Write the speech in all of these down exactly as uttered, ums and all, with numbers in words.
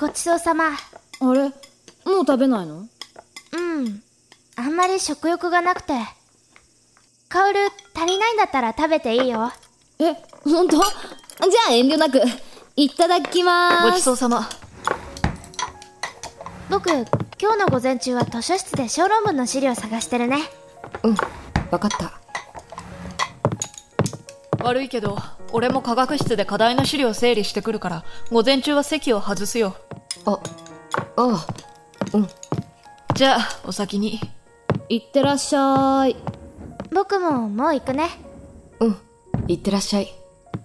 ごちそうさま。 あれ、もう食べないの？ うん、あんまり食欲がなくて。カオル、足りないんだったら食べていいよ。 え、ほんと？じゃあ遠慮なく。いただきまーす。 ごちそうさま。 僕、今日の午前中は図書室で小論文の資料探してるね。 うん、わかった。悪いけど、俺も科学室で課題の資料整理してくるから、午前中は席を外すよ。あ、ああ、うん。じゃあ、お先に。 いってらっしゃい。 僕ももう行くね。 うん、いってらっしゃい。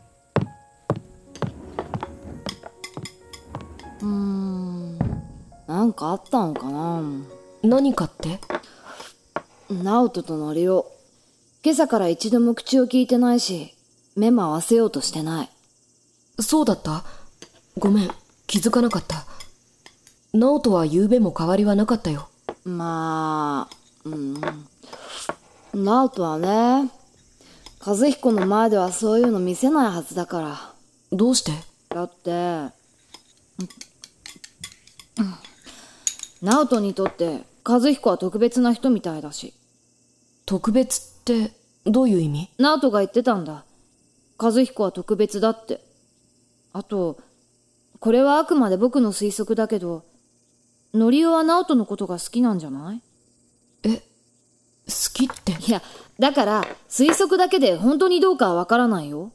うーん、なんかあったのかな。 何かって？ ナオトとノリオ、今朝から一度も口を聞いてないし、目も合わせようとしてない。 そうだった？ごめん、気づかなかった。ナオトは夕べも変わりはなかったよ。 まあ、うん。ナオトはね、和彦の前ではそういうの見せないはずだから。 どうして？ だって、うん、ナオトにとって和彦は特別な人みたいだし。 特別ってどういう意味？ ナオトが言ってたんだ。和彦は特別だって。あと、これはあくまで僕の推測だけど、ノリオはナオトのことが好きなんじゃない？ え、好きって？ いや、だから推測だけで本当にどうかはわからないよ。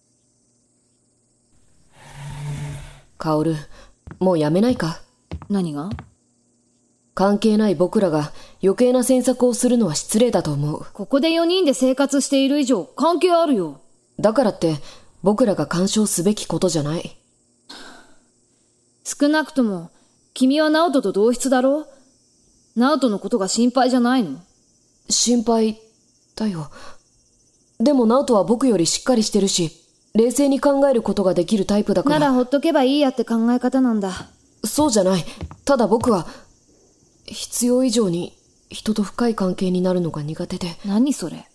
カオル、もうやめないか？ 何が？ 関係ない僕らが余計な詮索をするのは失礼だと思う。 ここでよにんで生活している以上関係あるよ。 だからって僕らが干渉すべきことじゃない。 少なくとも君はナオトと同室だろ？ナオトのことが心配じゃないの？ 心配だよ。でもナオトは僕よりしっかりしてるし、冷静に考えることができるタイプだから。 ならほっとけばいいやって考え方なんだ。 そうじゃない。ただ僕は必要以上に人と深い関係になるのが苦手で。 何それ？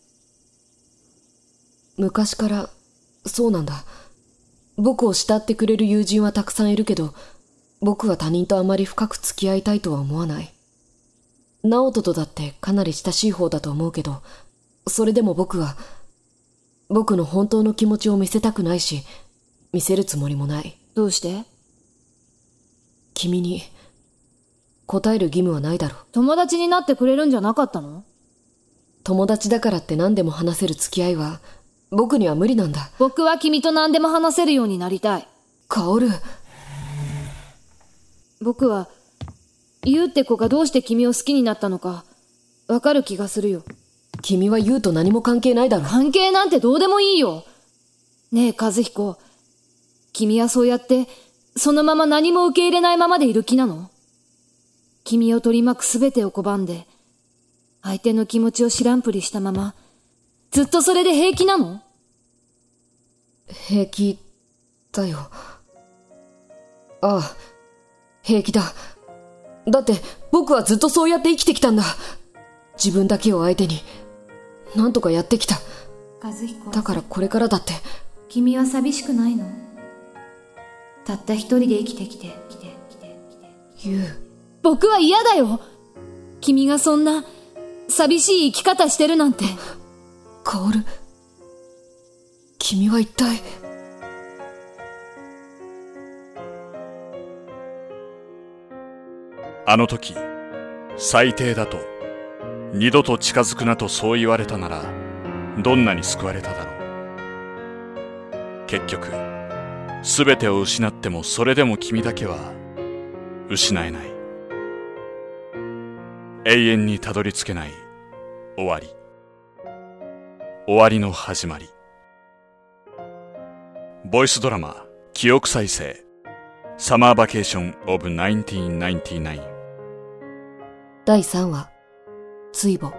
昔からそうなんだ。僕を慕ってくれる友人はたくさんいるけど、僕は他人とあまり深く付き合いたいとは思わない。ナオトとだってかなり親しい方だと思うけど、それでも僕は僕の本当の気持ちを見せたくないし、見せるつもりもない。 どうして？ 君に答える義務はないだろう。 友達になってくれるんじゃなかったの？ 友達だからって何でも話せる付き合いは僕には無理なんだ。 僕は君と何でも話せるようになりたい。 カオル。 僕はユウって子がどうして君を好きになったのかわかる気がするよ。 君はユウと何も関係ないだろ。 関係なんてどうでもいいよ。ねえ和彦、君はそうやってそのまま何も受け入れないままでいる気なの？君を取り巻くすべてを拒んで相手の気持ちを知らんぷりしたままずっとそれで平気なの？ 平気だよ。ああ、平気だ。だって僕はずっとそうやって生きてきたんだ。自分だけを相手になんとかやってきた。 和彦、 だからこれからだって。 君は寂しくないの？たった一人で生きてきてきてきてきてユウ。 僕は嫌だよ。君がそんな寂しい生き方してるなんて。 カオル、君は一体。 あの時最低だと、二度と近づくなとそう言われたならどんなに救われただろう。結局全てを失ってもそれでも君だけは失えない。永遠にたどり着けない終わり、終わりの始まり。ボイスドラマ記憶再生サマーバケーションオブナインティーンナインティナインだいさんわ、追母。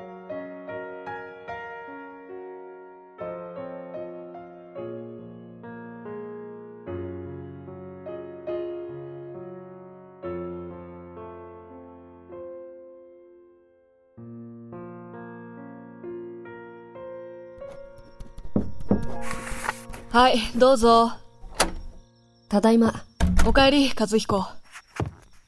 はい、どうぞ。 ただいま。 おかえり、和彦。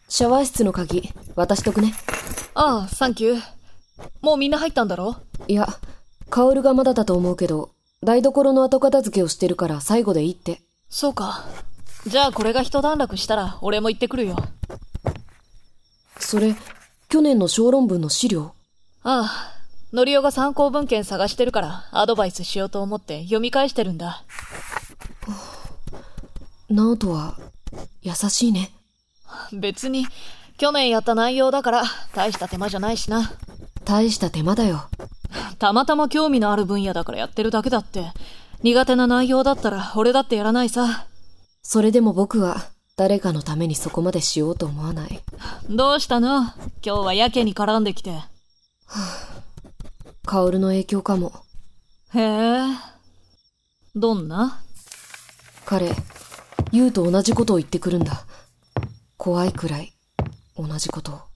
シャワー室の鍵、渡しとくね。 ああ、サンキュー。もうみんな入ったんだろ？ いや、カオルがまだだと思うけど、台所の後片付けをしてるから最後でいいって。 そうか。じゃあこれが一段落したら俺も行ってくるよ。 それ、去年の小論文の資料？ ああ、ノリオが参考文献探してるからアドバイスしようと思って読み返してるんだ。 ナオトは優しいね。 別に去年やった内容だから大した手間じゃないしな。 大した手間だよ。 たまたま興味のある分野だからやってるだけだって。苦手な内容だったら俺だってやらないさ。 それでも僕は誰かのためにそこまでしようと思わない。 どうしたの？今日はやけに絡んできて。 カオルの影響かも。 へえ。どんな？ 彼、ユウと同じことを言ってくるんだ。怖いくらい同じことを。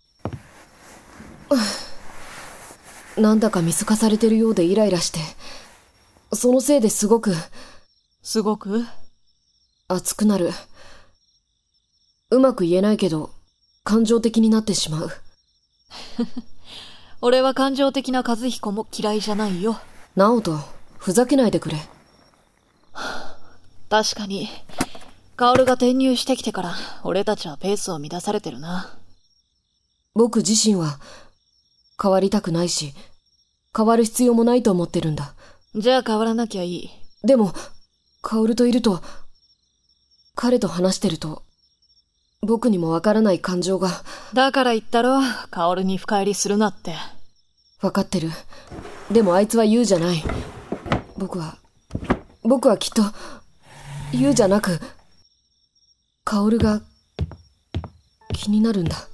なんだか見透かされてるようでイライラして、そのせいですごくすごく熱くなる。うまく言えないけど感情的になってしまう。 俺は感情的な和彦も嫌いじゃないよ。 ナオト、ふざけないでくれ。 確かに薫が転入してきてから俺たちはペースを乱されてるな。 僕自身は変わりたくないし、変わる必要もないと思ってるんだ。 じゃあ変わらなきゃいい。 でも薫といると、彼と話してると僕にもわからない感情が。 だから言ったろ、薫に深入りするなって。 わかってる。でもあいつはユウじゃない。僕は僕はきっとユウじゃなく薫が気になるんだ。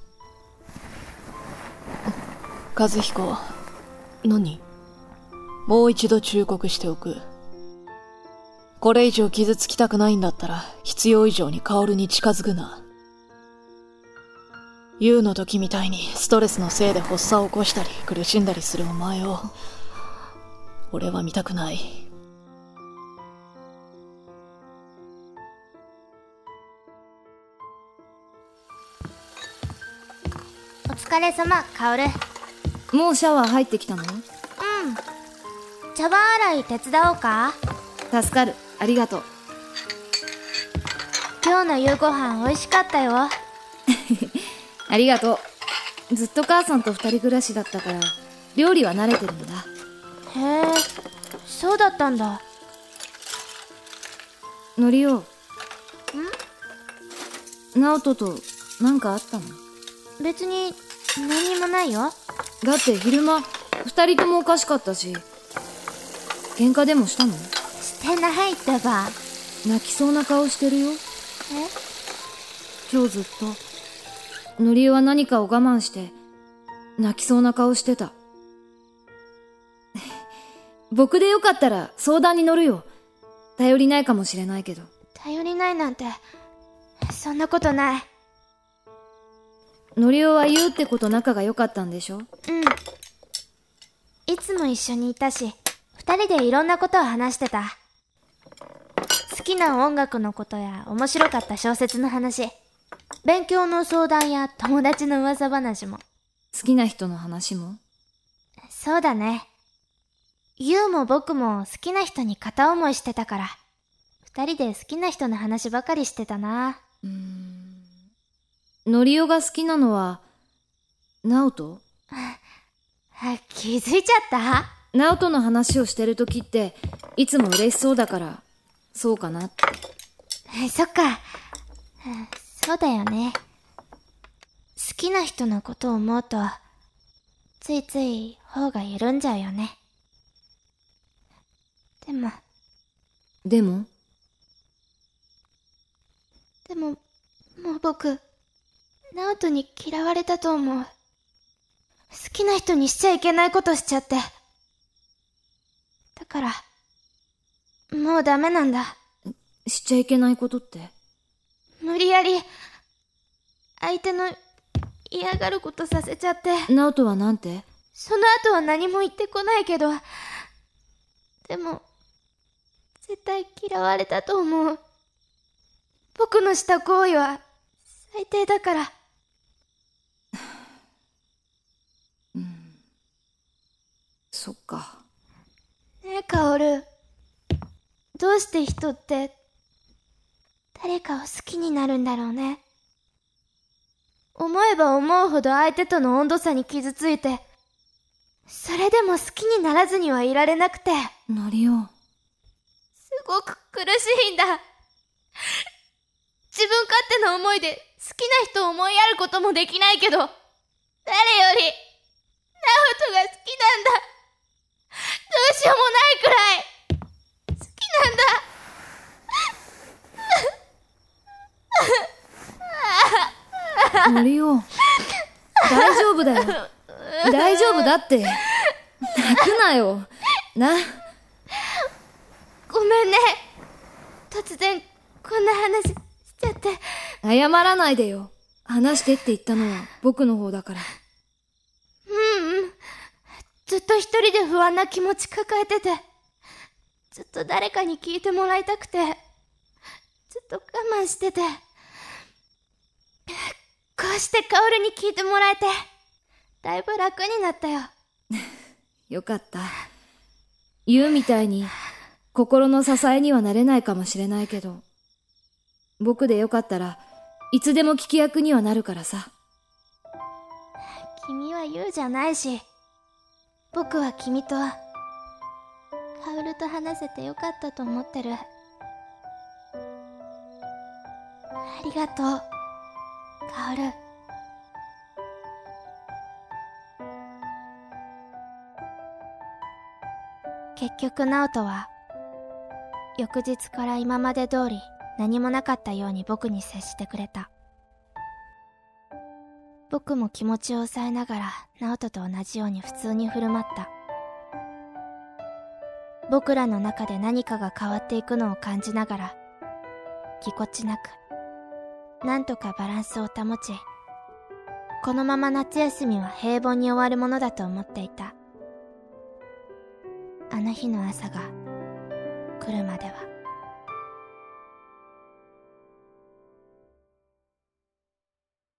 和彦。 何？ もう一度忠告しておく。これ以上傷つきたくないんだったら必要以上に薫に近づくな。ユウの時みたいにストレスのせいで発作を起こしたり苦しんだりするお前を俺は見たくない。 お疲れ様、カオル。 もうシャワー入ってきたの？ うん。茶碗洗い手伝おうか？ 助かる。ありがとう。 今日の夕ご飯美味しかったよ。 ありがとう。ずっと母さんと二人暮らしだったから料理は慣れてるんだ。 へえ、そうだったんだ。 ノリオ。ん？ナオトと何かあったの？ 別に何にもないよ。 だって昼間二人ともおかしかったし。喧嘩でもしたの？ してないってば。 泣きそうな顔してるよ。 え？ 今日ずっとノリオは何かを我慢して泣きそうな顔してた。僕でよかったら相談に乗るよ。頼りないかもしれないけど。 頼りないなんてそんなことない。 ノリオはユウってこと仲が良かったんでしょ？ うん。いつも一緒にいたし、二人でいろんなことを話してた。好きな音楽のことや面白かった小説の話、勉強の相談や友達の噂話も。 好きな人の話も？ そうだね。ユウも僕も好きな人に片思いしてたから、二人で好きな人の話ばかりしてたな。 うーん。ノリオが好きなのはナオト？ あ、気づいちゃった？ ナオトの話をしてるときっていつも嬉しそうだからそうかなって。 そっか。そうだよね。好きな人のことを思うとついつい頬が緩んじゃうよね。でもでもでももう僕ナオトに嫌われたと思う。好きな人にしちゃいけないことしちゃって。だからもうダメなんだ。 しちゃいけないことって？ 無理やり相手の嫌がることさせちゃって。 ナオトはなんて？ その後は何も言ってこないけど、でも絶対嫌われたと思う。僕のした行為は最低だから。 そっか。 ねえ、カオル。どうして人って、誰かを好きになるんだろうね。思えば思うほど相手との温度差に傷ついて、それでも好きにならずにはいられなくて。 ノリオ。 すごく苦しいんだ。自分勝手な思いで好きな人を思いやることもできないけど、誰より、ナオトが好きなんだ。どうしようもないくらい、好きなんだ。 ノリオ、大丈夫だよ。大丈夫だって。泣くなよ。な。 ごめんね。突然、こんな話しちゃって。 謝らないでよ。話してって言ったのは僕の方だから。 うんうん。ずっと一人で不安な気持ち抱えてて、ずっと誰かに聞いてもらいたくて、ずっと我慢してて、こうしてカオルに聞いてもらえて、だいぶ楽になったよ。 よかった。言うみたいに心の支えにはなれないかもしれないけど、僕でよかったらいつでも聞き役にはなるからさ。 君は言うじゃないし、僕は君とカオルと話せてよかったと思ってる。ありがとう、カオル。結局ナオトは翌日から今まで通り何もなかったように僕に接してくれた。僕も気持ちを抑えながらナオトと同じように普通に振る舞った。僕らの中で何かが変わっていくのを感じながら、ぎこちなくなんとかバランスを保ち、このまま夏休みは平凡に終わるものだと思っていた。あの日の朝が来るまでは。